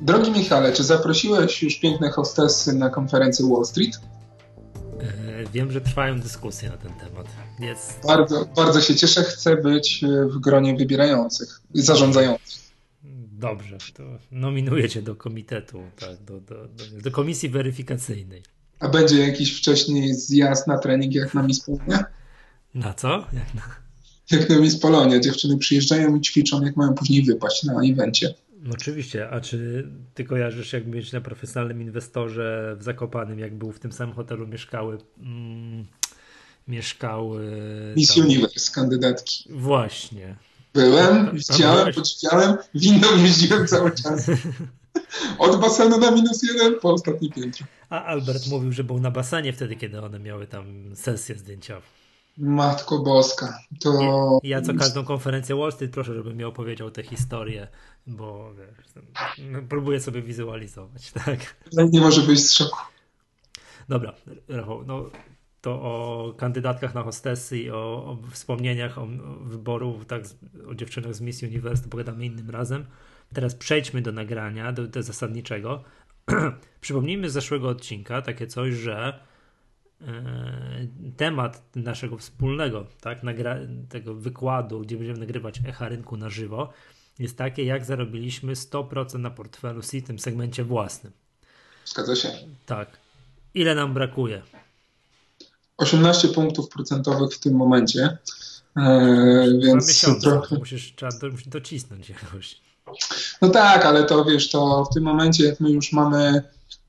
Drogi Michale, czy zaprosiłeś już piękne hostessy na konferencję Wall Street? Wiem, że trwają dyskusje na ten temat. Jest... Bardzo, bardzo się cieszę. Chcę być w gronie wybierających, zarządzających. Dobrze, to nominuję cię do komitetu, tak, do komisji weryfikacyjnej. A będzie jakiś wcześniej zjazd na trening jak na Miss Polonia? Na co? Jak na Miss Polonia. Dziewczyny przyjeżdżają i ćwiczą, jak mają później wypaść na evencie. No oczywiście, a czy ty kojarzysz, jak byłeś na profesjonalnym inwestorze w Zakopanem, jak był w tym samym hotelu mieszkały Miss tam... Universe, kandydatki. Właśnie. Byłem, widziałem, podziwiałem, windą jeździłem cały czas. Od basenu na -1 po ostatnie piętro. A Albert mówił, że był na basenie wtedy, kiedy one miały tam sesję zdjęciową. Matko Boska, to... Ja co każdą konferencję Wall Street proszę, żebym mi opowiedział tę historię, bo wiesz, próbuję sobie wizualizować, tak? Nie może być z szoku. Dobra, Rafał, no to o kandydatkach na hostessy i o wspomnieniach o wyboru, tak, o dziewczynach z Miss Universe to pogadamy innym razem. Teraz przejdźmy do nagrania, do zasadniczego. Przypomnijmy z zeszłego odcinka takie coś, że temat naszego wspólnego, tak, tego wykładu, gdzie będziemy nagrywać Echa Rynku na żywo, jest takie, jak zarobiliśmy 100% na portfelu C w tym segmencie własnym. Zgadza się. Tak. Ile nam brakuje? 18 punktów procentowych w tym momencie. Więc trochę... Musisz docisnąć jakoś. No tak, ale to wiesz, to w tym momencie, jak my już mamy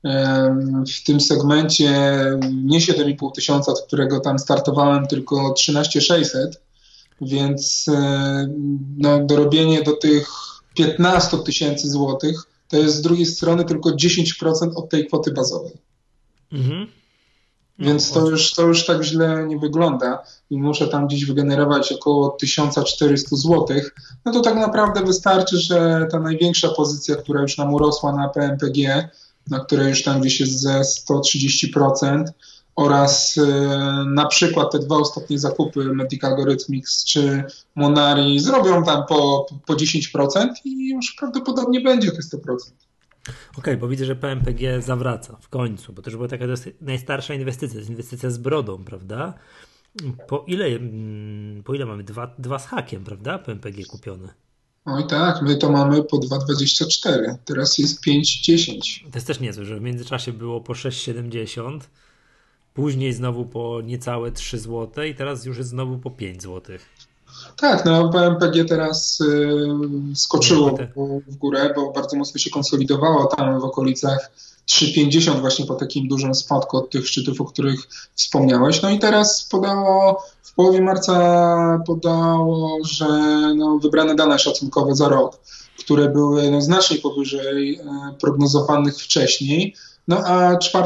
w tym segmencie nie 7,5 tysiąca, od którego tam startowałem, tylko 13,600, więc no, dorobienie do tych 15 tysięcy złotych to jest z drugiej strony tylko 10% od tej kwoty bazowej. Mhm. Więc to już tak źle nie wygląda i muszę tam gdzieś wygenerować około 1400 zł. No to tak naprawdę wystarczy, że ta największa pozycja, która już nam urosła na PMPG, na której już tam gdzieś jest ze 130% oraz na przykład te dwa ostatnie zakupy Medical Algorithmics czy Monari zrobią tam po 10% i już prawdopodobnie będzie te 100%. Okej, bo widzę, że PMPG zawraca w końcu, bo to już była taka najstarsza inwestycja, to jest inwestycja z brodą, prawda? Po ile mamy? Dwa z hakiem, prawda? PMPG kupione. Oj tak, my to mamy po 2,24, teraz jest 5,10. To jest też niezłe, że w międzyczasie było po 6,70, później znowu po niecałe 3 zł i teraz już jest znowu po 5 zł. Tak, no PMPG teraz skoczyło w górę, bo bardzo mocno się konsolidowało tam w okolicach 3,50 właśnie po takim dużym spadku od tych szczytów, o których wspomniałeś. No i teraz w połowie marca podało, że no, wybrane dane szacunkowe za rok, które były no, znacznie powyżej prognozowanych wcześniej. No a 4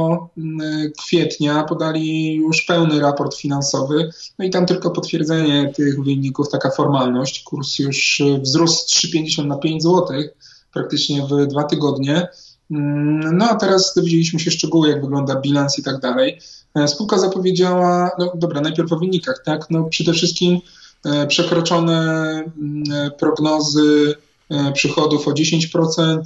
kwietnia podali już pełny raport finansowy, no i tam tylko potwierdzenie tych wyników, taka formalność. Kurs już wzrósł z 3,50 na 5 zł praktycznie w 2 tygodnie. No a teraz dowiedzieliśmy się szczegóły, jak wygląda bilans i tak dalej. Spółka zapowiedziała, no dobra, najpierw o wynikach, tak, no przede wszystkim przekroczone prognozy przychodów o 10%,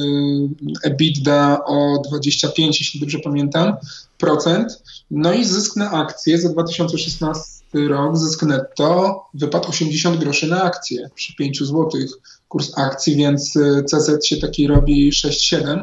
EBITDA o 25%, jeśli dobrze pamiętam, procent. No i zysk na akcje za 2016 rok, zysk netto wypadł 80 groszy na akcję przy 5 zł kurs akcji, więc CZ się taki robi 6,7.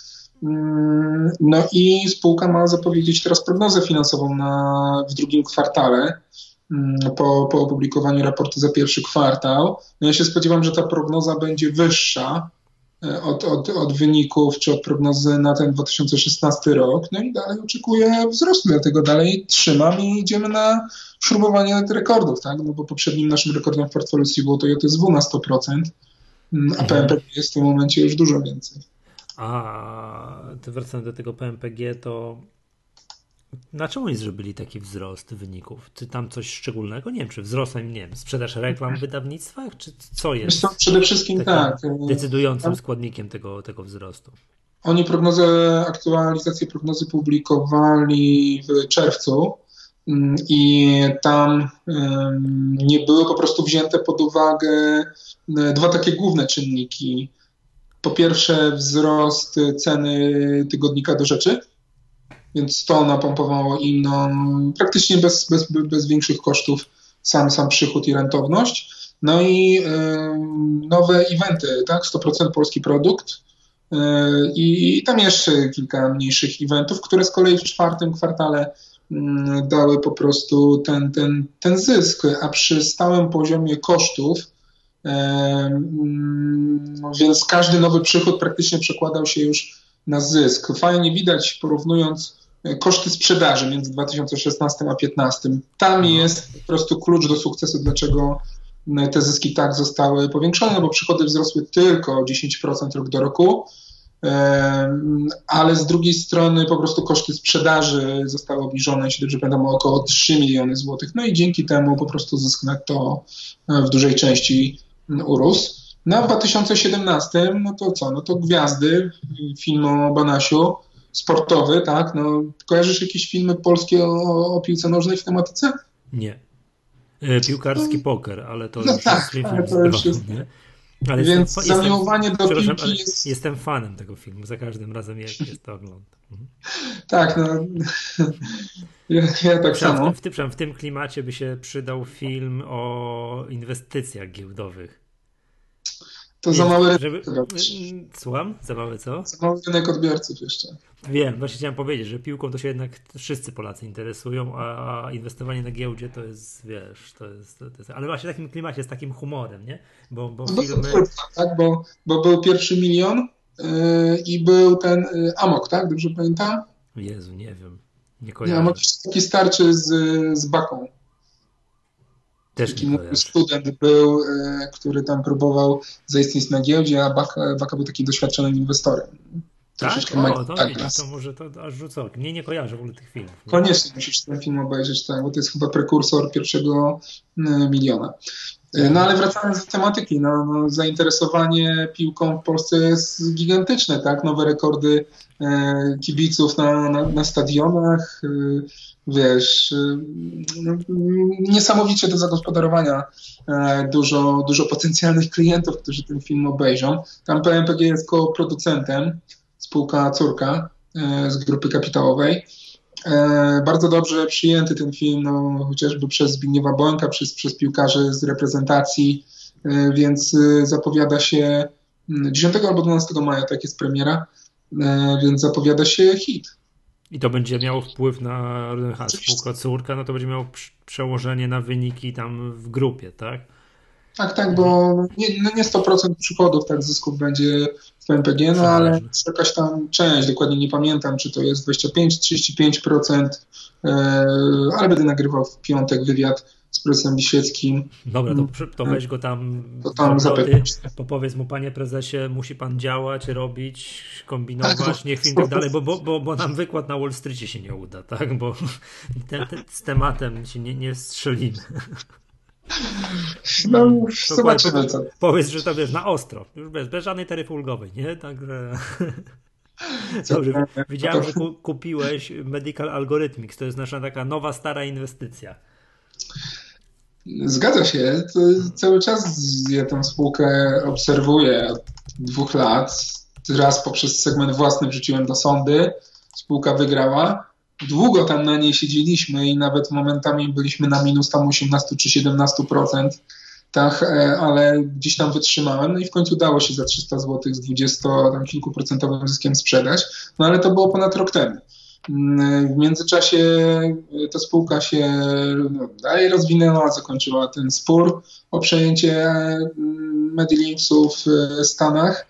No i spółka ma zapowiedzieć teraz prognozę finansową w drugim kwartale, po opublikowaniu raportu za pierwszy kwartał. No ja się spodziewam, że ta prognoza będzie wyższa od wyników czy od prognozy na ten 2016 rok. No i dalej oczekuję wzrostu, dlatego dalej trzymam i idziemy na śrubowanie rekordów, tak? No bo poprzednim naszym rekordem w portfelu było to JSW na 100%, a PMPG jest w tym momencie już dużo więcej. A to wracając do tego PMPG, to na czemu oni zrobili taki wzrost wyników? Czy tam coś szczególnego? Nie wiem, czy wzrost, nie wiem, sprzedaż reklam w wydawnictwach? Czy co jest? To przede wszystkim tak. Decydującym składnikiem tego wzrostu. Oni aktualizację prognozy publikowali w czerwcu i tam nie były po prostu wzięte pod uwagę dwa takie główne czynniki. po pierwsze wzrost ceny tygodnika do rzeczy, więc to napompowało im praktycznie bez większych kosztów sam przychód i rentowność. No i nowe eventy, tak? 100% polski produkt i tam jeszcze kilka mniejszych eventów, które z kolei w czwartym kwartale dały po prostu ten zysk, a przy stałym poziomie kosztów, więc każdy nowy przychód praktycznie przekładał się już na zysk. Fajnie widać, porównując koszty sprzedaży między 2016 a 2015. Tam jest po prostu klucz do sukcesu, dlaczego te zyski tak zostały powiększone, bo przychody wzrosły tylko o 10% rok do roku, ale z drugiej strony po prostu koszty sprzedaży zostały obniżone, jeśli dobrze pamiętam, o około 3 miliony złotych. No i dzięki temu po prostu zysk netto w dużej części urósł. No a w 2017, no to co? No to Gwiazdy, film o Banasiu, sportowy, tak? No, kojarzysz jakieś filmy polskie o piłce nożnej w tematyce? Nie. Piłkarski poker, ale to już tak, jest nie? Ale więc zamiłowanie do piłki jest... Jestem fanem tego filmu, za każdym razem jak to oglądam. Tak, no ja tak samo. W tym klimacie by się przydał film o inwestycjach giełdowych. To za mały rynek. Słucham? Za mały co? Za mały rynek odbiorców jeszcze. Wiem, właśnie chciałem powiedzieć, że piłką to się jednak wszyscy Polacy interesują, a inwestowanie na giełdzie to jest, wiesz, to jest ale właśnie w takim klimacie, z takim humorem, nie? Bo filmy... Tak, bo był pierwszy milion i był ten Amok, tak? Dobrze pamiętam? Jezu, nie wiem. Nie kojarzę. Amok taki starczy z Baką. Też taki student był, który tam próbował zaistnieć na giełdzie, a Baka był takim doświadczonym inwestorem. Tak? To może to aż rzucę. Nie kojarzę w ogóle tych filmów. Nie? Koniecznie musisz ten film obejrzeć, tak, bo to jest chyba prekursor pierwszego miliona. No ale wracając do tematyki, zainteresowanie piłką w Polsce jest gigantyczne, tak? Nowe rekordy kibiców na stadionach, wiesz, niesamowicie do zagospodarowania dużo potencjalnych klientów, którzy ten film obejrzą. Tam PMPG jest koproducentem, spółka córka z grupy kapitałowej. Bardzo dobrze przyjęty ten film, chociażby przez Zbigniewa Bońka, przez piłkarzy z reprezentacji, więc zapowiada się 10 albo 12 maja, tak jest premiera, więc zapowiada się hit. I to będzie miało wpływ na spółka córka, no to będzie miało przełożenie na wyniki tam w grupie, tak? Tak, bo nie 100% przychodów, tak, zysków będzie w PMPG, ale jakaś tam część, dokładnie nie pamiętam, czy to jest 25-35%, ale będę nagrywał w piątek wywiad z prezesem Lisieckim. Dobra, to weź go tam powiedz mu, panie prezesie, musi pan działać, robić, kombinować, niech film tak dalej, bo nam wykład na Wall Streetie się nie uda, tak, bo z tematem się nie strzelimy. Zobaczymy co. Powiedz, że to wiesz, na ostro, już bez żadnej taryfy ulgowej, nie? Także... Dobrze, widziałem, że kupiłeś Medical Algorithmics, to jest nasza taka nowa, stara inwestycja. Zgadza się, to cały czas ja tę spółkę obserwuję od 2 lat. Raz poprzez segment własny wrzuciłem do sądy, spółka wygrała. Długo tam na niej siedzieliśmy i nawet momentami byliśmy na minus tam 18 czy 17%, tak, ale gdzieś tam wytrzymałem, no i w końcu dało się za 300 zł z 20 tam kilkuprocentowym zyskiem sprzedać, no ale to było ponad rok temu. W międzyczasie ta spółka się dalej rozwinęła, zakończyła ten spór o przejęcie Medilinksów w Stanach.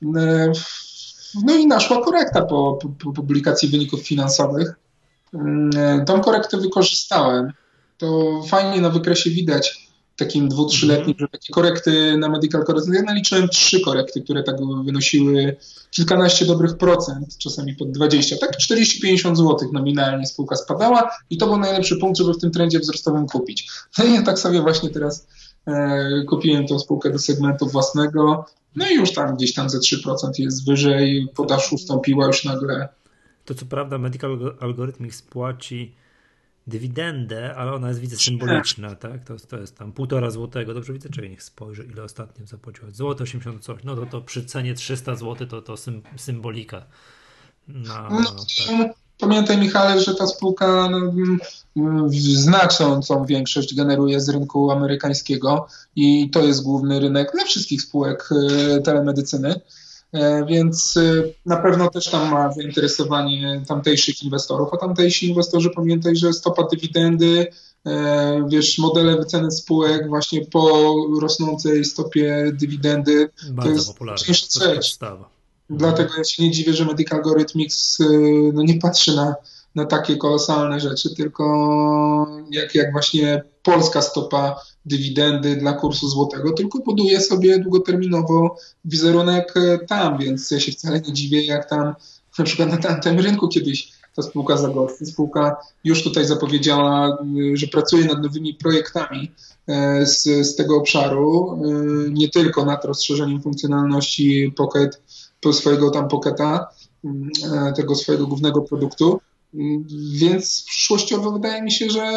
No i naszła korekta po publikacji wyników finansowych. Tą korektę wykorzystałem. To fajnie na wykresie widać takim 2-3-letnim, że takie korekty na Medical Correcting. Ja naliczyłem 3 korekty, które tak wynosiły kilkanaście dobrych procent, czasami pod 20, tak 40-50 zł nominalnie spółka spadała i to był najlepszy punkt, żeby w tym trendzie wzrostowym kupić. No i ja tak sobie właśnie teraz kupiłem tą spółkę do segmentu własnego, no i już tam gdzieś tam ze 3% jest wyżej, podaż ustąpiła już nagle. To co prawda Medical Algorithmics płaci dywidendę, ale ona jest, widzę, symboliczna, tak? To jest tam 1,5 złotego. Dobrze widzę? Czekaj, niech spojrzę, ile ostatnio zapłaciła. Złoto 80 coś. No to przy cenie 300 zł to symbolika. Tak. Pamiętaj, Michale, że ta spółka znaczącą większość generuje z rynku amerykańskiego i to jest główny rynek dla wszystkich spółek telemedycyny, więc na pewno też tam ma zainteresowanie tamtejszych inwestorów, a tamtejsi inwestorzy, pamiętaj, że stopa dywidendy, modele wyceny spółek właśnie po rosnącej stopie dywidendy bardzo to jest popularne. To jest podstawa. Dlatego ja się nie dziwię, że Medical Algorithmics nie patrzy na takie kolosalne rzeczy, tylko jak właśnie polska stopa dywidendy dla kursu złotego, tylko buduje sobie długoterminowo wizerunek tam, więc ja się wcale nie dziwię, jak tam na przykład na tym rynku kiedyś ta spółka zagości. Spółka już tutaj zapowiedziała, że pracuje nad nowymi projektami z tego obszaru, nie tylko nad rozszerzeniem funkcjonalności Pocket, swojego tam Pocketa, tego swojego głównego produktu, więc przyszłościowo wydaje mi się, że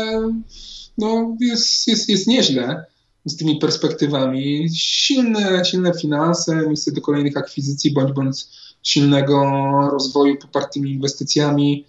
jest nieźle z tymi perspektywami. Silne finanse, miejsce do kolejnych akwizycji, bądź silnego rozwoju popartymi inwestycjami.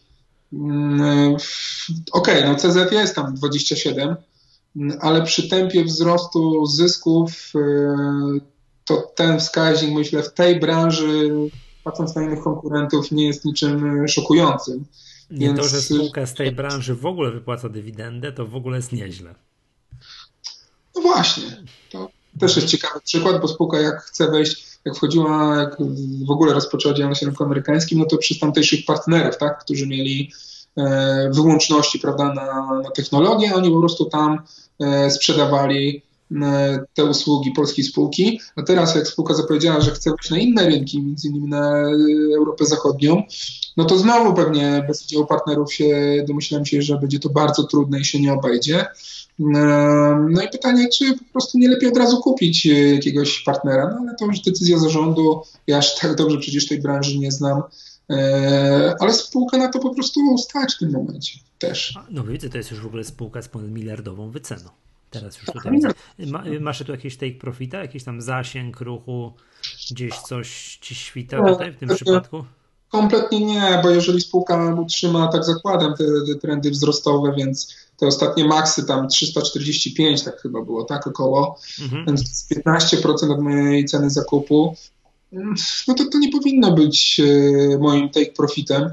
CZ jest tam 27, ale przy tempie wzrostu zysków to ten wskaźnik, myślę, w tej branży, patrząc na innych konkurentów, nie jest niczym szokującym. Więc to, że spółka z tej branży w ogóle wypłaca dywidendę, to w ogóle jest nieźle. No właśnie. To też jest ciekawy przykład, bo spółka jak chce wejść, jak w ogóle rozpoczęła działalność na rynku amerykańskim, no to przez tamtejszych partnerów, tak, którzy mieli wyłączności, prawda, na technologię, oni po prostu tam sprzedawali te usługi polskiej spółki, a teraz jak spółka zapowiedziała, że chce wejść na inne rynki, między innymi na Europę Zachodnią, no to znowu pewnie bez udziału partnerów domyślam się, że będzie to bardzo trudne i się nie obejdzie. No i pytanie, czy po prostu nie lepiej od razu kupić jakiegoś partnera, no ale to już decyzja zarządu, ja aż tak dobrze przecież tej branży nie znam, ale spółka na to po prostu stać w tym momencie też. No widzę, to jest już w ogóle spółka z ponad miliardową wyceną. Teraz już tutaj widzę. Masz tu jakieś take profita, jakiś tam zasięg ruchu, gdzieś coś ci świta tutaj w tym przypadku? Kompletnie nie, bo jeżeli spółka utrzyma, tak zakładam, te trendy wzrostowe, więc te ostatnie maksy tam 345 tak chyba było, tak około, więc 15% od mojej ceny zakupu, no to nie powinno być moim take profitem,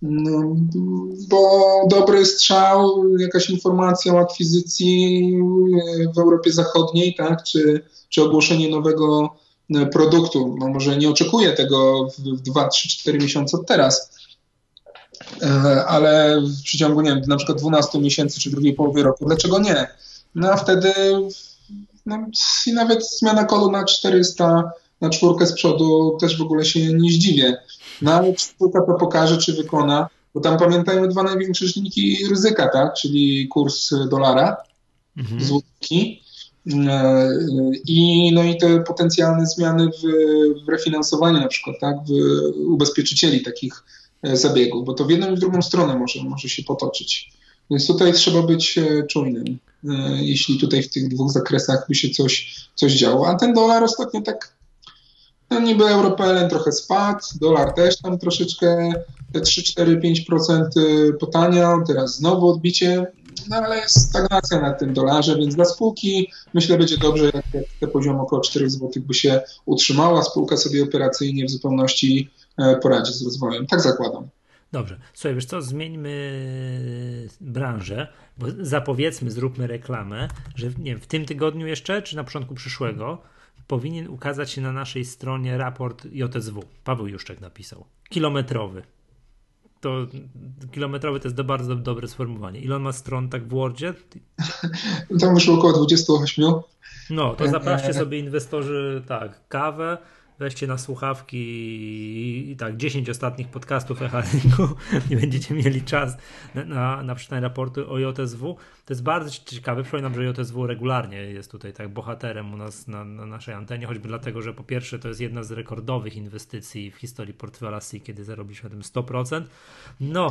bo dobry strzał, jakaś informacja o akwizycji w Europie Zachodniej, tak, czy ogłoszenie nowego produktu. No może nie oczekuję tego w 2, 3, 4 miesiące od teraz, ale w przeciągu, nie wiem, na przykład 12 miesięcy czy drugiej połowy roku, dlaczego nie? No a wtedy i nawet zmiana kodu na 400, na 4 z przodu też w ogóle się nie zdziwię. No ale czy spółka to pokaże, czy wykona, bo tam pamiętajmy 2 największe czynniki ryzyka, tak? Czyli kurs dolara, złotówki, i te potencjalne zmiany w refinansowaniu na przykład, tak, w ubezpieczycieli takich zabiegów, bo to w jedną i w drugą stronę może się potoczyć. Więc tutaj trzeba być czujnym, jeśli tutaj w tych 2 zakresach by się coś działo. A ten dolar ostatnio tak, niby Euro-PLN trochę spadł, dolar też tam troszeczkę, te 3, 4, 5% potaniał, teraz znowu odbicie, no ale jest stagnacja na tym dolarze, więc dla spółki myślę będzie dobrze, jak te poziom około 4 zł by się utrzymała, spółka sobie operacyjnie w zupełności poradzi z rozwojem. Tak zakładam. Dobrze. Słuchaj, wiesz co, zmieńmy branżę, bo zapowiedzmy, zróbmy reklamę, że nie wiem, w tym tygodniu jeszcze, czy na początku przyszłego powinien ukazać się na naszej stronie raport JSW. Paweł Juszczek napisał. Kilometrowy. Kilometrowy to jest bardzo dobre sformułowanie. Ile on ma stron tak w Wordzie? Tam wyszło około 28. No, to zapraszcie sobie inwestorzy, tak, kawę, weźcie na słuchawki i tak 10 ostatnich podcastów Echa Rynku, nie będziecie mieli czas na przeczytanie raportu o JSW. To jest bardzo ciekawe. Przypominam, że JSW regularnie jest tutaj tak bohaterem u nas na naszej antenie, choćby dlatego, że po pierwsze to jest jedna z rekordowych inwestycji w historii portfela SI, kiedy zarobiliśmy na tym 100%. No,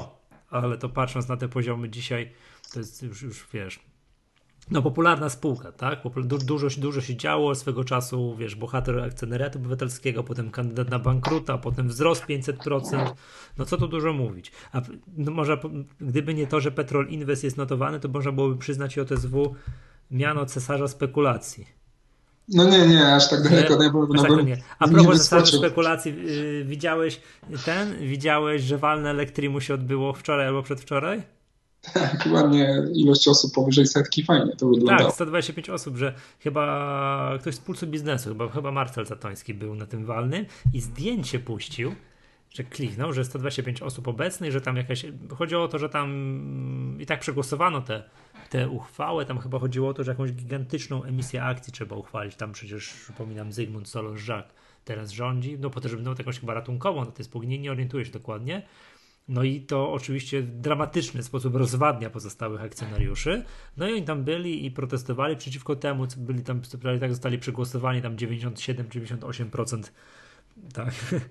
ale to patrząc na te poziomy dzisiaj, to jest już wiesz, no popularna spółka, tak? Dużo się działo swego czasu, wiesz, bohater akcjonariatu obywatelskiego, potem kandydat na bankruta, potem wzrost 500%, no co tu dużo mówić. A no może, gdyby nie to, że Petrol Invest jest notowany, to można byłoby przyznać JSW miano cesarza spekulacji. No nie, aż tak daleko nie było. Nie. A propos cesarza spekulacji, widziałeś, że walne Elektrimu się odbyło wczoraj albo przedwczoraj? Tak, ładnie ilość osób powyżej setki, fajnie to wyglądało. Tak, 125 osób, że chyba ktoś z Pulsu Biznesu, chyba Marcel Zatoński był na tym walnym i zdjęcie puścił, że kliknął, że 125 osób obecnych, że tam jakaś, chodziło o to, że tam i tak przegłosowano te uchwały, tam chyba chodziło o to, że jakąś gigantyczną emisję akcji trzeba uchwalić, tam przecież, przypominam, Zygmunt Solorz-Żak teraz rządzi, no po to, żeby miał jakąś chyba ratunkową na tej spółki, nie orientuję się dokładnie. No i to oczywiście w dramatyczny sposób rozwadnia pozostałych akcjonariuszy. No i oni tam byli i protestowali przeciwko temu, co byli tam, tak zostali przegłosowani tam 97-98%, tak,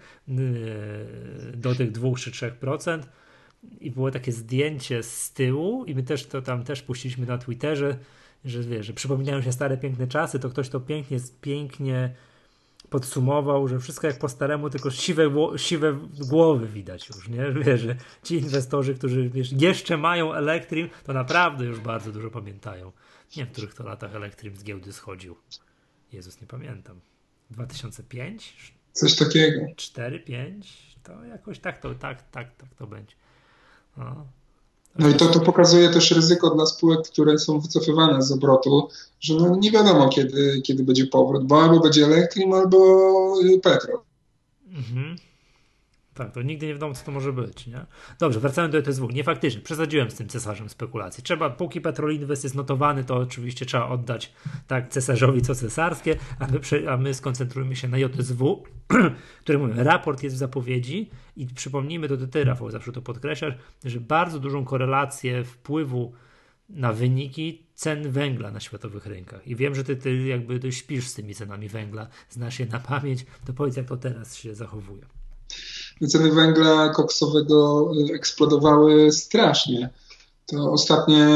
do tych 2 czy 3%. I było takie zdjęcie z tyłu i my też to tam też puściliśmy na Twitterze, że wiesz, że przypominają się stare piękne czasy, to ktoś to pięknie podsumował, że wszystko jak po staremu, tylko siwe głowy widać już, nie? Wiesz, że ci inwestorzy, którzy wiesz, jeszcze mają Elektrim, to naprawdę już bardzo dużo pamiętają. Nie wiem, w których to latach Elektrim z giełdy schodził. Jezus, nie pamiętam. 2005? Coś takiego. 4, 5? To jakoś tak to będzie. No i to pokazuje też ryzyko dla spółek, które są wycofywane z obrotu, że no nie wiadomo kiedy będzie powrót, bo albo będzie Elektrim, albo Petrol. Mhm. Tak, to nigdy nie wiadomo, co to może być, nie? Dobrze, wracając do ETSW. Nie, faktycznie, przesadziłem z tym cesarzem spekulacji. Póki Petrol Invest jest notowany, to oczywiście trzeba oddać tak cesarzowi co cesarskie, a my skoncentrujemy się na JSW, który mówię, raport jest w zapowiedzi i przypomnijmy, to ty, Rafał, zawsze to podkreślasz, że bardzo dużą korelację wpływu na wyniki cen węgla na światowych rynkach. I wiem, że ty jakby śpisz z tymi cenami węgla, znasz je na pamięć, to powiedz, jak to teraz się zachowuje. Ceny węgla koksowego eksplodowały strasznie. To ostatnie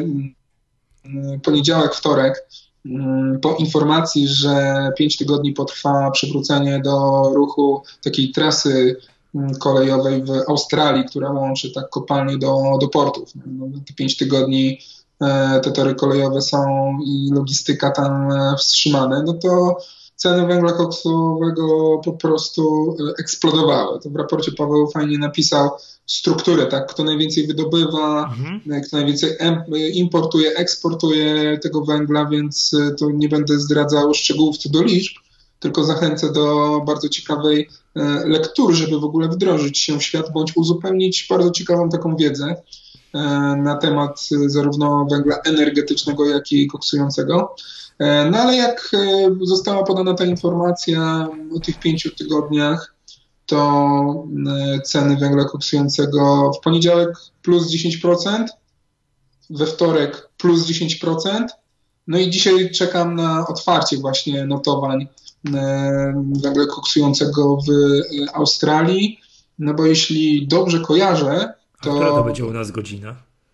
poniedziałek, wtorek, po informacji, że 5 tygodni potrwa przywrócenie do ruchu takiej trasy kolejowej w Australii, która łączy tak kopalnie do portów. Te 5 tygodni te tory kolejowe są i logistyka tam wstrzymane, no to ceny węgla koksowego po prostu eksplodowały. To w raporcie Paweł fajnie napisał strukturę, tak? Kto najwięcej wydobywa, kto najwięcej importuje, eksportuje tego węgla, więc to nie będę zdradzał szczegółów co do liczb, tylko zachęcę do bardzo ciekawej lektury, żeby w ogóle wdrożyć się w świat, bądź uzupełnić bardzo ciekawą taką wiedzę na temat zarówno węgla energetycznego, jak i koksującego. No ale jak została podana ta informacja o tych 5 tygodniach, to ceny węgla koksującego w poniedziałek plus 10%, we wtorek plus 10%, no i dzisiaj czekam na otwarcie właśnie notowań węgla koksującego w Australii, no bo jeśli dobrze kojarzę, to... A która to będzie u nas godzina?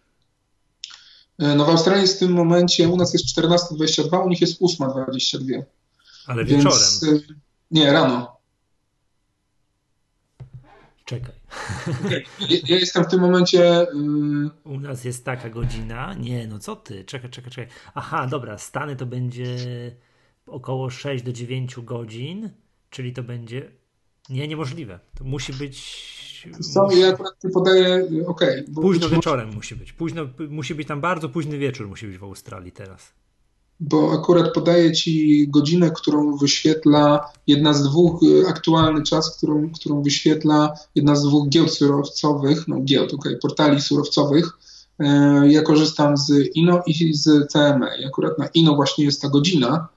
No w Australii jest w tym momencie, u nas jest 14:22, u nich jest 8:22. Ale wieczorem? Więc, nie, rano. Czekaj. Ja jestem w tym momencie... U nas jest taka godzina. Nie, no co ty? Czekaj. Aha, dobra, Stany to będzie około 6 do 9 godzin, czyli to będzie... Nie, niemożliwe. To musi być... Ja akurat podaję, późno wieczorem musi być. Musi być tam bardzo późny wieczór musi być w Australii teraz. Bo akurat podaję ci godzinę, którą wyświetla jedna z dwóch, aktualny czas, którą wyświetla jedna z dwóch giełd surowcowych, portali surowcowych. Ja korzystam z INO i z CME. I akurat na INO właśnie jest ta godzina.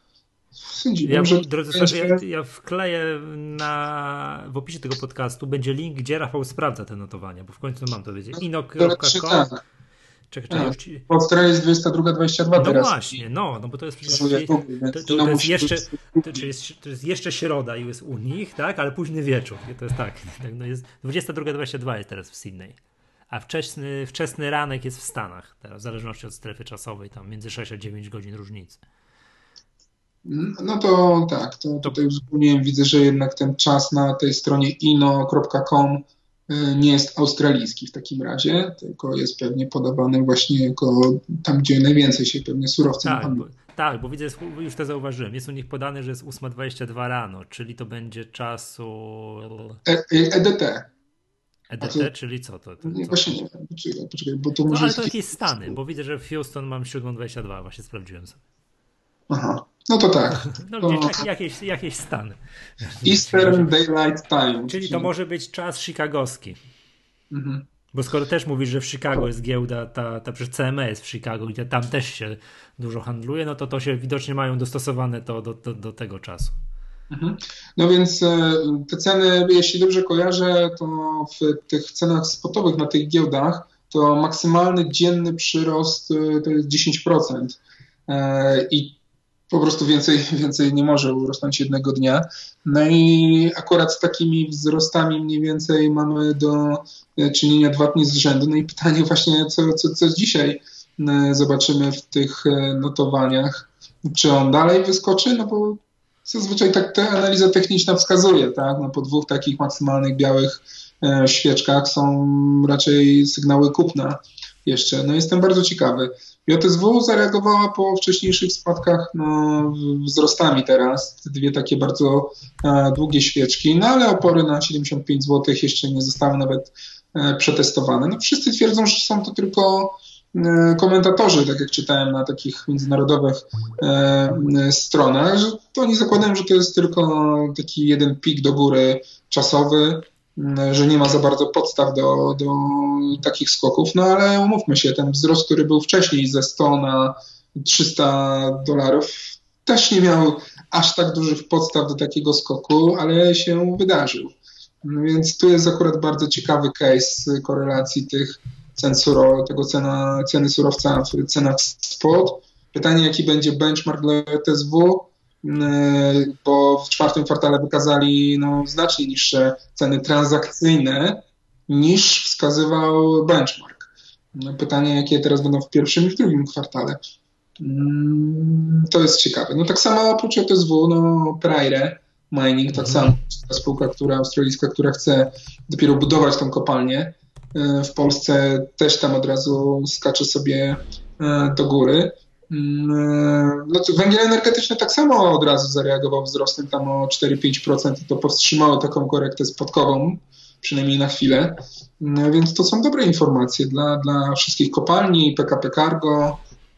Ja wkleję w opisie tego podcastu będzie link, gdzie Rafał sprawdza te notowania, bo w końcu mam to wiedzieć. ino.com. Czekaj, już ci... W Australii jest 22:22 no teraz. Właśnie, no bo to jest przecież to jest jeszcze środa i jest u nich, tak, ale późny wieczór. To jest tak, no jest 22:22 jest teraz w Sydney. a wczesny ranek jest w Stanach, teraz w zależności od strefy czasowej, tam między 6 a 9 godzin różnicy. No to tak, to tutaj uzupełniłem, widzę, że jednak ten czas na tej stronie ino.com nie jest australijski w takim razie, tylko jest pewnie podawany właśnie jako tam, gdzie najwięcej się pewnie surowcem handluje. Tak, bo widzę, już to zauważyłem, jest u nich podane, że jest 8:22 rano, czyli to będzie czasu... EDT. EDT, czyli co to? Nie, właśnie nie wiem, poczekaj, bo to może... No ale to jakieś Stany, bo widzę, że w Houston mam 7:22, właśnie sprawdziłem sobie. Aha, no to tak. No gdzieś jakieś Stany. Eastern Daylight Time. Czyli to może być czas chicagowski. Mhm. Bo skoro też mówisz, że w Chicago jest giełda, ta przecież CME jest w Chicago, gdzie tam też się dużo handluje, no to się widocznie mają dostosowane to do tego czasu. Mhm. No więc te ceny, jeśli dobrze kojarzę, to w tych cenach spotowych na tych giełdach to maksymalny dzienny przyrost to jest 10%. I po prostu więcej nie może urosnąć jednego dnia. No i akurat z takimi wzrostami mniej więcej mamy do czynienia 2 dni z rzędu. No i pytanie właśnie, co dzisiaj zobaczymy w tych notowaniach. Czy on dalej wyskoczy? No bo zazwyczaj tak ta analiza techniczna wskazuje, tak? No po 2 takich maksymalnych białych świeczkach są raczej sygnały kupna jeszcze. No jestem bardzo ciekawy. JSW zareagowała po wcześniejszych spadkach wzrostami teraz. 2 takie bardzo długie świeczki, no ale opory na 75 zł jeszcze nie zostały nawet przetestowane. No wszyscy twierdzą, że są to tylko komentatorzy, tak jak czytałem na takich międzynarodowych stronach, że to oni zakładają, że to jest tylko taki jeden pik do góry czasowy, że nie ma za bardzo podstaw do takich skoków, no ale umówmy się, ten wzrost, który był wcześniej ze 100 na $300 też nie miał aż tak dużych podstaw do takiego skoku, ale się wydarzył. No więc tu jest akurat bardzo ciekawy case korelacji tych cen ceny surowca w cenach spot. Pytanie, jaki będzie benchmark dla TSW, bo w 4. kwartale wykazali znacznie niższe ceny transakcyjne niż wskazywał benchmark. Pytanie, jakie teraz będą w 1. i w 2. kwartale. To jest ciekawe. No tak samo oprócz TSW, Praire Mining, tak samo spółka australijska, która chce dopiero budować tą kopalnię. W Polsce też tam od razu skacze sobie do góry. No to węgiel energetyczny tak samo od razu zareagował wzrostem tam o 4-5% i to powstrzymało taką korektę spadkową, przynajmniej na chwilę. Więc to są dobre informacje dla wszystkich kopalni, PKP Cargo.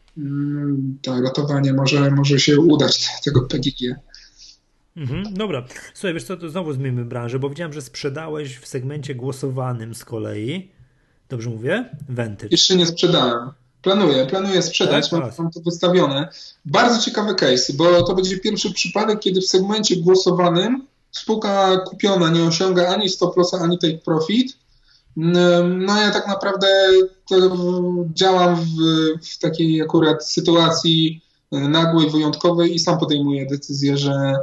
Ratowanie może się udać tego PGG. Dobra. Słuchaj, wiesz co, to znowu zmienimy branżę, bo widziałem, że sprzedałeś w segmencie głosowanym z kolei. Dobrze mówię? Vantage. Jeszcze nie sprzedałem. Planuję sprzedać, tak? Mam to wystawione. Bardzo ciekawy case, bo to będzie pierwszy przypadek, kiedy w segmencie głosowanym spółka kupiona nie osiąga ani stop lossa, ani take profit. No ja tak naprawdę działam w takiej akurat sytuacji nagłej, wyjątkowej i sam podejmuję decyzję,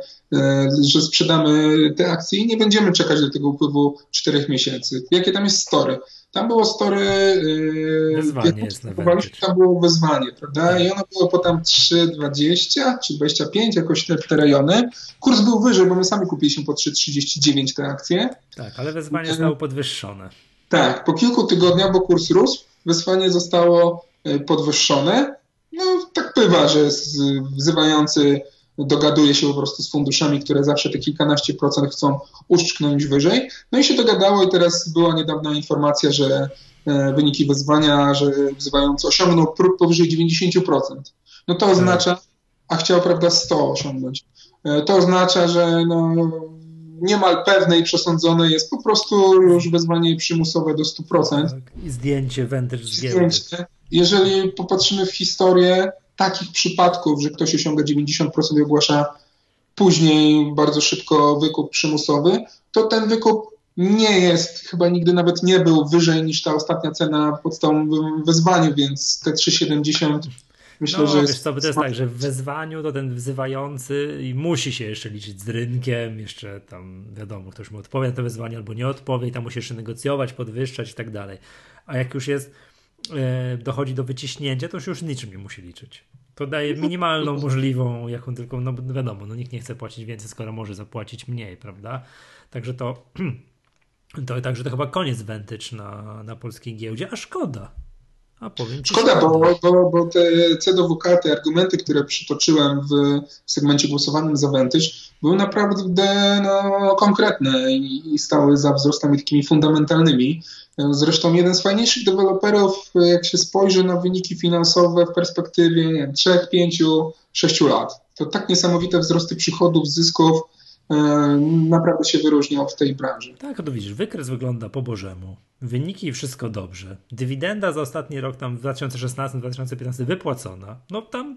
że sprzedamy te akcje i nie będziemy czekać do tego upływu 4 miesięcy. Jakie tam jest story? Tam było story... Wezwanie jest na tam było wezwanie, prawda? Tak. I ono było po tam 3,20 czy 25, jakoś te rejony. Kurs był wyżej, bo my sami kupiliśmy po 3,39 te akcje. Tak, ale wezwanie zostało podwyższone. Tak, po kilku tygodniach, bo kurs rósł, wezwanie zostało podwyższone. No tak bywa, że wzywający dogaduje się po prostu z funduszami, które zawsze te kilkanaście procent chcą uszczknąć wyżej. No i się dogadało i teraz była niedawna informacja, że wyniki wezwania, że wzywający osiągnął próg powyżej 90%. No to oznacza, a chciał, prawda, 100 osiągnąć. To oznacza, że niemal pewne i przesądzone jest po prostu już wezwanie przymusowe do 100%. Tak. I zdjęcie Vantage z giełdy. Jeżeli popatrzymy w historię takich przypadków, że ktoś osiąga 90% i ogłasza później bardzo szybko wykup przymusowy, to ten wykup nie jest, chyba nigdy nawet nie był wyżej niż ta ostatnia cena w podstawowym wezwaniu, więc te 3,70 Myślę, że wiesz co, bo to jest tak, że w wezwaniu to ten wzywający i musi się jeszcze liczyć z rynkiem, jeszcze tam wiadomo, ktoś mu odpowie na to wezwanie albo nie odpowie i tam musi jeszcze negocjować, podwyższać i tak dalej. A jak już jest, dochodzi do wyciśnięcia, to już niczym nie musi liczyć. To daje minimalną możliwą, jaką tylko, no wiadomo, no nikt nie chce płacić więcej, skoro może zapłacić mniej, prawda? Także to chyba koniec Vantage na polskiej giełdzie, a szkoda. A powiem ci, szkoda, bo te CDWK, te argumenty, które przytoczyłem w segmencie głosowanym za Vantage, były naprawdę konkretne i stały za wzrostami takimi fundamentalnymi. Zresztą jeden z fajniejszych deweloperów, jak się spojrzy na wyniki finansowe w perspektywie 3, 5, 6 lat. To tak niesamowite wzrosty przychodów, zysków, naprawdę się wyróżniał w tej branży. Tak, to widzisz, wykres wygląda po bożemu. Wyniki wszystko dobrze. Dywidenda za ostatni rok tam w 2016-2015 wypłacona. No tam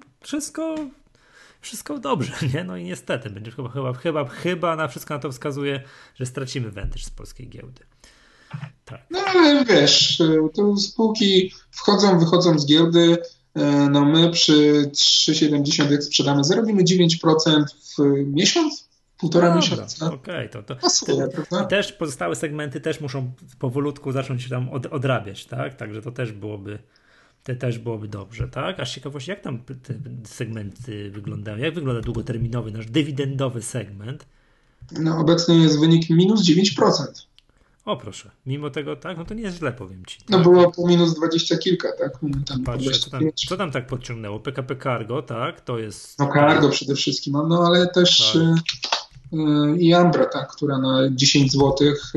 wszystko dobrze, nie? No i niestety będzie chyba na wszystko na to wskazuje, że stracimy Vantage z polskiej giełdy. Tak. No ale wiesz, to spółki wychodzą z giełdy. No my przy 3,70 jak sprzedamy, zarobimy 9% w miesiąc? Półtora miesiąca. Okej, to pasuje, prawda? I też pozostałe segmenty też muszą powolutku zacząć się tam odrabiać, tak? Także to też byłoby dobrze, tak? A z ciekawości, jak tam te segmenty wyglądają? Jak wygląda długoterminowy nasz dywidendowy segment? No obecnie jest wynik minus 9%. O proszę, mimo tego tak, no to nie jest źle, powiem ci. Tak? No było po minus 20 kilka, tak? Patrzę, co tam tak podciągnęło? PKP Cargo, tak? To jest... No Cargo przede wszystkim, no ale też i Ambra, tak, która na 10 zł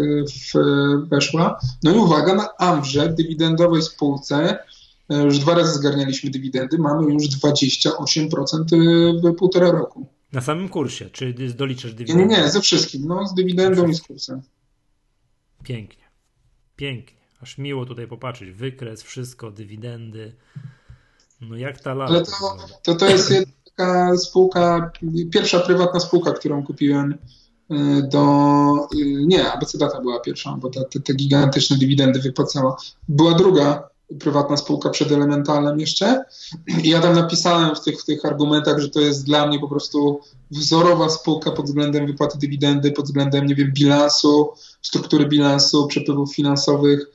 weszła. No i uwaga, na Ambrze, dywidendowej spółce, już 2 razy zgarnialiśmy dywidendy, mamy już 28% w półtora roku. Na samym kursie, czy doliczasz dywidendę? Nie, ze wszystkim, no z dywidendą i z kursem. Pięknie. Aż miło tutaj popatrzeć. Wykres, wszystko, dywidendy. No jak ta lata. Ale to jest taka spółka, pierwsza prywatna spółka, którą kupiłem ABC Data była pierwsza, bo te gigantyczne dywidendy wypłacała. Była druga prywatna spółka przed Elementalem jeszcze i ja tam napisałem w tych argumentach, że to jest dla mnie po prostu wzorowa spółka pod względem wypłaty dywidendy, pod względem, nie wiem, bilansu, struktury bilansu, przepływów finansowych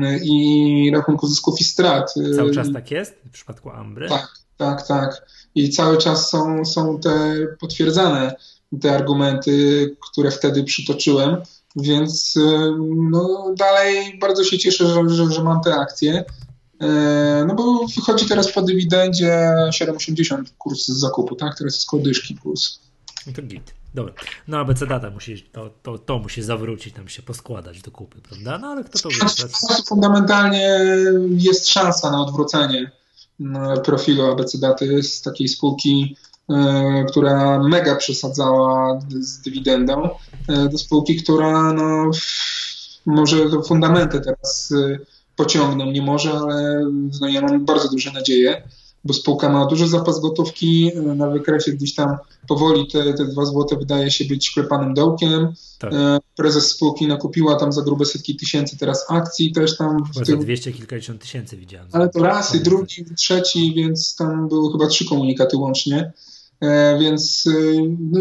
i rachunku zysków i strat. Cały czas tak jest w przypadku Ambry? Tak. I cały czas są te potwierdzane te argumenty, które wtedy przytoczyłem, więc no, dalej bardzo się cieszę, że mam te akcje, no bo wychodzi teraz po dywidendzie 7,80 kurs z zakupu, tak? Teraz jest koło dyszki kurs. To git. Dobra. No ABC Data to musi zawrócić, tam się poskładać do kupy, prawda? No ale kto to wie? Fundamentalnie jest szansa na odwrócenie profilu ABC Daty z takiej spółki, która mega przesadzała z dywidendą, do spółki, która no, może to fundamenty teraz pociągną, nie może, ale no, ja mam bardzo duże nadzieje, bo spółka ma duży zapas gotówki, na wykresie gdzieś tam powoli te 2 złote wydaje się być klepanym dołkiem. Tak. Prezes spółki nakupiła tam za grube setki tysięcy teraz akcji też tam. Za 200 kilkadziesiąt tysięcy widziałem. Ale to raz i drugi, i trzeci, więc tam były chyba 3 komunikaty łącznie. Więc no,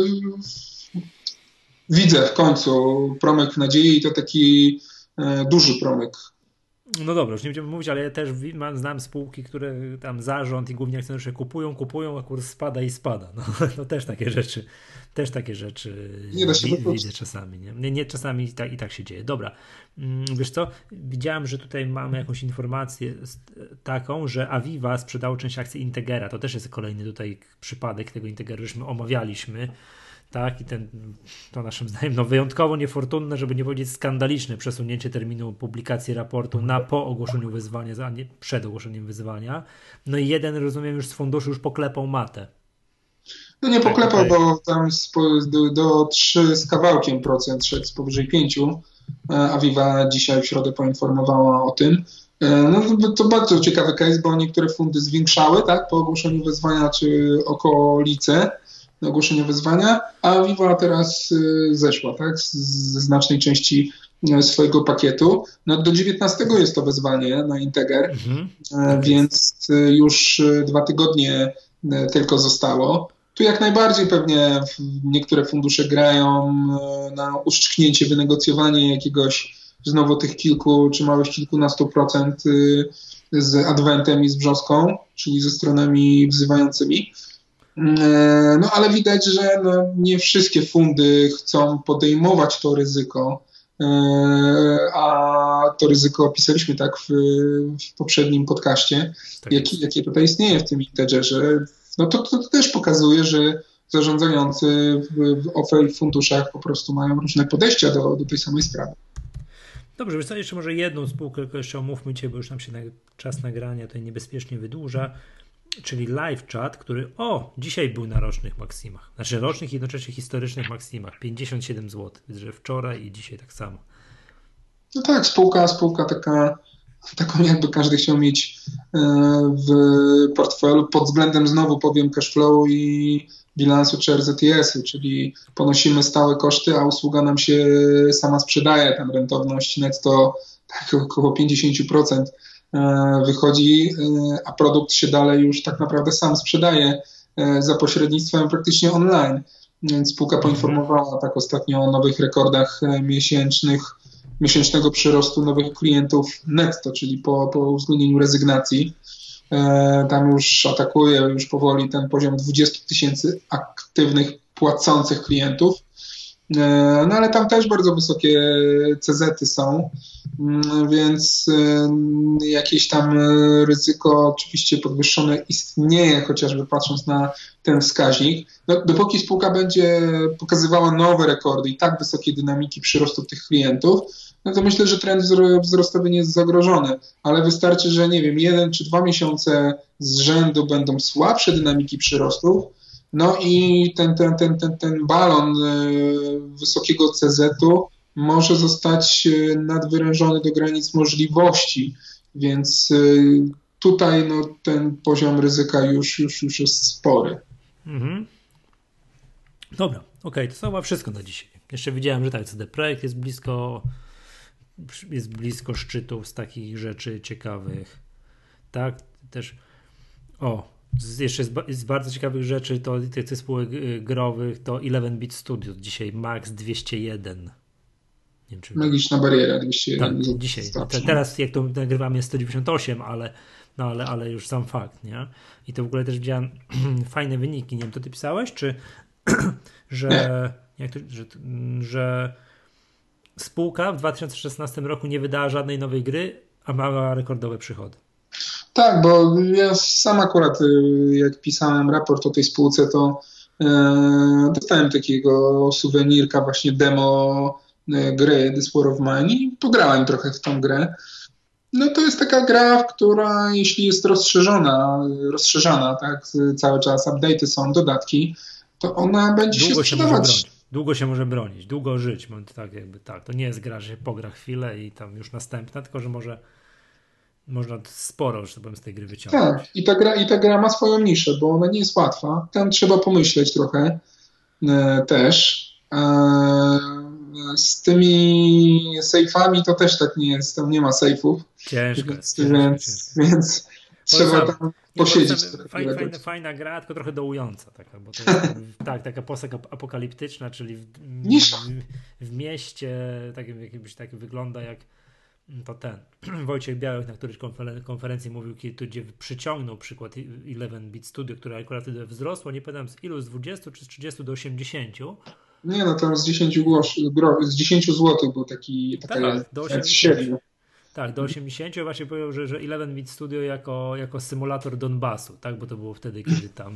widzę w końcu promyk nadziei i to taki duży promyk. No dobra, już nie będziemy mówić, ale ja też znam spółki, które tam zarząd i głównie akcjonariusze kupują, a kurs spada i spada. No też takie rzeczy widzę czasami. Nie czasami i tak się dzieje. Dobra, wiesz co, widziałem, że tutaj mamy jakąś informację taką, że Aviva sprzedało część akcji Integera. To też jest kolejny tutaj przypadek tego Integeru, żeśmy omawialiśmy. Tak, i to naszym zdaniem wyjątkowo niefortunne, żeby nie powiedzieć skandaliczne przesunięcie terminu publikacji raportu na po ogłoszeniu wyzwania, a nie przed ogłoszeniem wyzwania. No i jeden, rozumiem, już z funduszu już poklepał matę. No nie poklepał, bo tam do 3 z kawałkiem procent szedł z powyżej 5. Aviva dzisiaj w środę poinformowała o tym. No to bardzo ciekawy case, bo niektóre fundy zwiększały, tak, po ogłoszeniu wezwania czy okolice ogłoszenia wezwania, a Aviva teraz zeszła, tak, ze znacznej części swojego pakietu. No do 19 jest to wezwanie na Integer, więc już 2 tygodnie tylko zostało. Tu jak najbardziej pewnie niektóre fundusze grają na uszczknięcie, wynegocjowanie jakiegoś znowu tych kilku czy małych kilkunastu procent z Adwentem i z Brzoską, czyli ze stronami wzywającymi. No ale widać, że nie wszystkie fundy chcą podejmować to ryzyko, a to ryzyko opisaliśmy tak w poprzednim podcaście, jakie tutaj istnieje w tym Integerze. No to też pokazuje, że zarządzający w OFE i w funduszach po prostu mają różne podejścia do tej samej sprawy. Dobrze, wiesz co, jeszcze może jedną spółkę, tylko jeszcze omówmy Cię, bo już nam się czas nagrania tutaj niebezpiecznie wydłuża, czyli LiveChat, który dzisiaj był na rocznych maksimach. Znaczy rocznych i jednocześnie historycznych maksimach. 57 zł. Widzę, że wczoraj i dzisiaj tak samo. No tak, spółka taką jakby każdy chciał mieć w portfelu pod względem, znowu powiem, cashflow i bilansu czy RZTS-u, czyli ponosimy stałe koszty, a usługa nam się sama sprzedaje. Tam rentowność netto tak około 50% wychodzi, a produkt się dalej już tak naprawdę sam sprzedaje za pośrednictwem praktycznie online. Więc spółka poinformowała tak ostatnio o nowych rekordach miesięcznego przyrostu nowych klientów netto, czyli po uwzględnieniu rezygnacji. Tam już atakuje już powoli ten poziom 20 000 aktywnych, płacących klientów. No ale tam też bardzo wysokie CZ-y są, więc jakieś tam ryzyko oczywiście podwyższone istnieje, chociażby patrząc na ten wskaźnik. No, dopóki spółka będzie pokazywała nowe rekordy i tak wysokie dynamiki przyrostu tych klientów, no to myślę, że trend wzrostowy nie jest zagrożony, ale wystarczy, że 1 czy 2 miesiące z rzędu będą słabsze dynamiki przyrostów, no i ten balon wysokiego CZ-u może zostać nadwyrężony do granic możliwości, więc tutaj ten poziom ryzyka już jest spory. Dobra, okej, to chyba wszystko na dzisiaj. Jeszcze widziałem, że CD Projekt jest blisko szczytów z takich rzeczy ciekawych. Tak, też jeszcze z bardzo ciekawych rzeczy to tych spółek growych to 11-bit Studio, dzisiaj max 201. Nie wiem, czy... Magiczna bariera 201. Tak, dzisiaj. Teraz jak to nagrywamy jest 198, ale już sam fakt, nie? I to w ogóle też widziałem fajne wyniki. Nie wiem, to ty pisałeś, czy że spółka w 2016 roku nie wydała żadnej nowej gry, a miała rekordowe przychody. Tak, bo ja sam akurat jak pisałem raport o tej spółce, to dostałem takiego suwenirka, właśnie demo gry This War of Mine i pograłem trochę w tą grę. No to jest taka gra, która jeśli jest rozszerzana, tak, cały czas update'y są, dodatki, to ona będzie się sprzedawać. Długo się może bronić, długo żyć, tak. To nie jest gra, że się pogra chwilę i tam już następna, tylko że można sporo, że powiem, z tej gry wyciągnąć. Tak, i ta gra ma swoją niszę, bo ona nie jest łatwa. Tam trzeba pomyśleć trochę też. Z tymi sejfami to też tak nie jest, tam nie ma sejfów. Ciężko. Więc trzeba tam posiedzieć. Fajna gra, tylko trochę dołująca taka, bo to jest taka postapokaliptyczna, czyli w mieście, tak wygląda jak to Wojciech Białek na którejś konferencji mówił, gdzie przyciągnął przykład 11-bit Studio, które akurat wzrosło, nie pamiętam z ilu, z 20 czy z 30 do 80. Nie, tam z 10 zł był taka do 80. Tak, do 80 właśnie powiedział, że 11-bit Studio jako symulator Donbasu, tak, bo to było wtedy, kiedy tam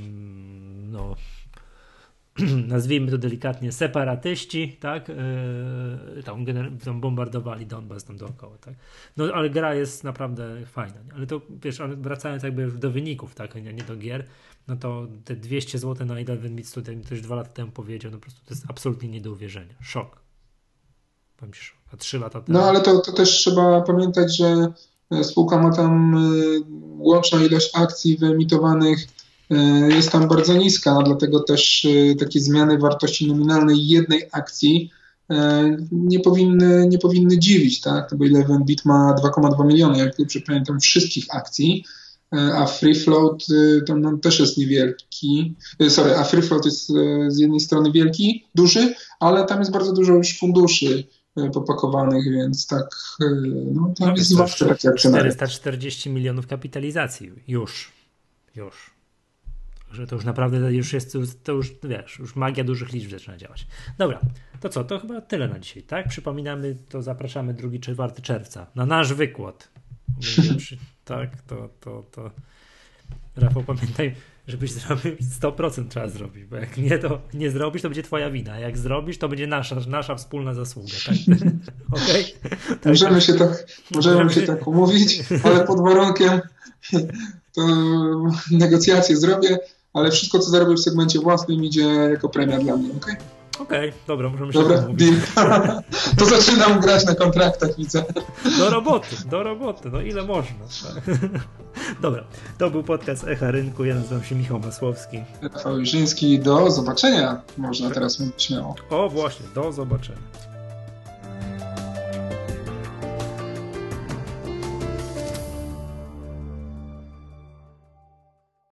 nazwijmy to delikatnie separatyści, tak, tam bombardowali Donbas tam dookoła, tak. No ale gra jest naprawdę fajna, nie? Ale to wiesz, wracając jakby już do wyników, tak, nie do gier, no to te 200 zł na 11-bit Studio, mi ktoś 2 lata temu powiedział, no po prostu to jest absolutnie nie do uwierzenia. Szok. Powiem ci, szok. A 3 lata temu. No ale to też trzeba pamiętać, że spółka ma tam łączna ilość akcji wyemitowanych jest tam bardzo niska, dlatego też takie zmiany wartości nominalnej jednej akcji nie powinny dziwić, tak? Bo Elevenbit ma 2,2 miliony, jak dobrze pamiętam, wszystkich akcji, a free float to też jest niewielki. A free float jest z jednej strony wielki, duży, ale tam jest bardzo dużo już funduszy popakowanych, więc tak, no tam jest zwłaszcza takie akcje. 440 milionów kapitalizacji już. Że to już naprawdę już jest, to już wiesz, już magia dużych liczb zaczyna działać. Dobra, to co, to chyba tyle na dzisiaj, tak? Przypominamy, to zapraszamy 2-4 czerwca na nasz wykład. Tak, to Rafał, pamiętaj, żebyś zrobił 100% trzeba zrobić, bo jak nie zrobisz, to będzie twoja wina, jak zrobisz, to będzie nasza wspólna zasługa, tak? Okay? Tak, możemy się tak umówić, ale pod warunkiem to negocjacje zrobię, ale wszystko, co zarobię w segmencie własnym, idzie jako premia dla mnie, okej? Okej, dobra, możemy się umówić. To zaczynam grać na kontraktach, widzę. Do roboty, no ile można. Dobra, to był podcast Echa Rynku, ja nazywam się Michał Masłowski. Rafał Jurzyński, do zobaczenia, można teraz mówić śmiało. O właśnie, do zobaczenia.